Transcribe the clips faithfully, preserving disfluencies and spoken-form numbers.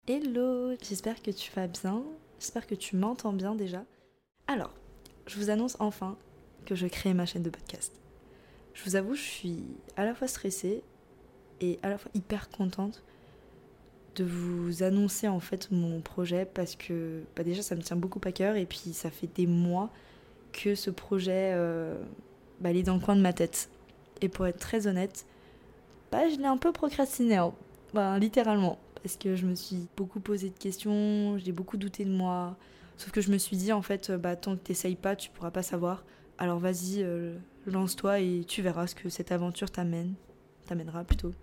Hello, j'espère que tu vas bien, j'espère que tu m'entends bien déjà. Alors, je vous annonce enfin que je crée ma chaîne de podcast. Je vous avoue, je suis à la fois stressée et à la fois hyper contente de vous annoncer en fait mon projet parce que bah déjà ça me tient beaucoup à cœur et puis ça fait des mois que ce projet euh, bah, il est dans le coin de ma tête. Et pour être très honnête, bah, je l'ai un peu procrastiné, hein. Bah, littéralement. Parce que je me suis beaucoup posé de questions, j'ai beaucoup douté de moi. Sauf que je me suis dit, en fait, bah, tant que t'essayes pas, tu pourras pas savoir. Alors vas-y, euh, lance-toi et tu verras ce que cette aventure t'amène. T'amènera plutôt.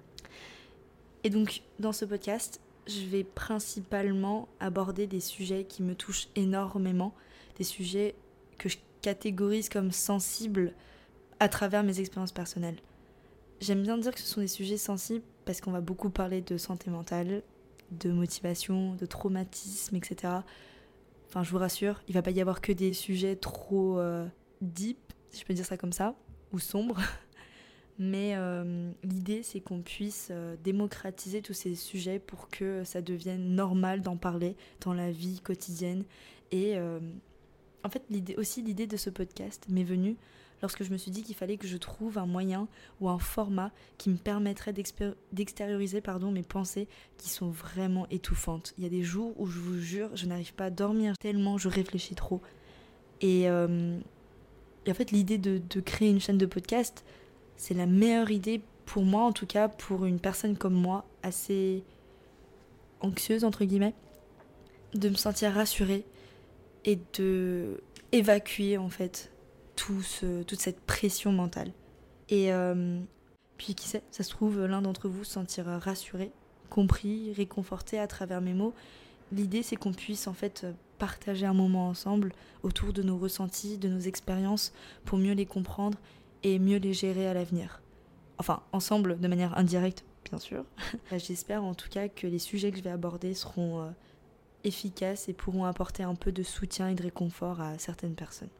Et donc, dans ce podcast, je vais principalement aborder des sujets qui me touchent énormément. Des sujets que je catégorise comme sensibles à travers mes expériences personnelles. J'aime bien dire que ce sont des sujets sensibles parce qu'on va beaucoup parler de santé mentale, de motivation, de traumatisme, et cetera. Enfin, je vous rassure, il va pas y avoir que des sujets trop euh, deep, si je peux dire ça comme ça, ou sombres. Mais euh, l'idée, c'est qu'on puisse euh, démocratiser tous ces sujets pour que ça devienne normal d'en parler dans la vie quotidienne. Et euh, en fait, l'idée, aussi l'idée de ce podcast m'est venue lorsque je me suis dit qu'il fallait que je trouve un moyen ou un format qui me permettrait d'expér- d'extérioriser pardon, mes pensées qui sont vraiment étouffantes. Il y a des jours où je vous jure, je n'arrive pas à dormir tellement je réfléchis trop. Et, euh, et en fait, l'idée de, de créer une chaîne de podcast, c'est la meilleure idée pour moi, en tout cas pour une personne comme moi, assez anxieuse, entre guillemets, de me sentir rassurée et de évacuer en fait tout ce, toute cette pression mentale. Et euh, puis qui sait, ça se trouve l'un d'entre vous se sentira rassuré, compris, réconforté à travers mes mots. L'idée c'est qu'on puisse en fait partager un moment ensemble autour de nos ressentis, de nos expériences pour mieux les comprendre et mieux les gérer à l'avenir. Enfin, ensemble de manière indirecte, bien sûr. J'espère en tout cas que les sujets que je vais aborder seront euh, efficaces et pourront apporter un peu de soutien et de réconfort à certaines personnes.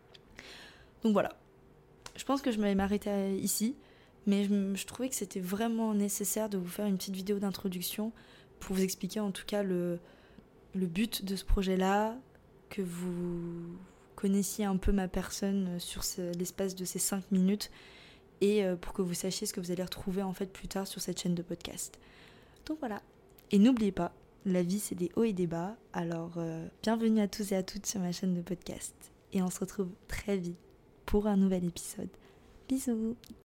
Donc voilà, je pense que je vais m'arrêter ici, mais je, je trouvais que c'était vraiment nécessaire de vous faire une petite vidéo d'introduction pour vous expliquer en tout cas le, le but de ce projet-là, que vous connaissiez un peu ma personne sur ce, l'espace de ces cinq minutes et pour que vous sachiez ce que vous allez retrouver en fait plus tard sur cette chaîne de podcast. Donc voilà. Et n'oubliez pas, la vie c'est des hauts et des bas, alors euh, bienvenue à tous et à toutes sur ma chaîne de podcast. Et on se retrouve très vite pour un nouvel épisode. Bisous!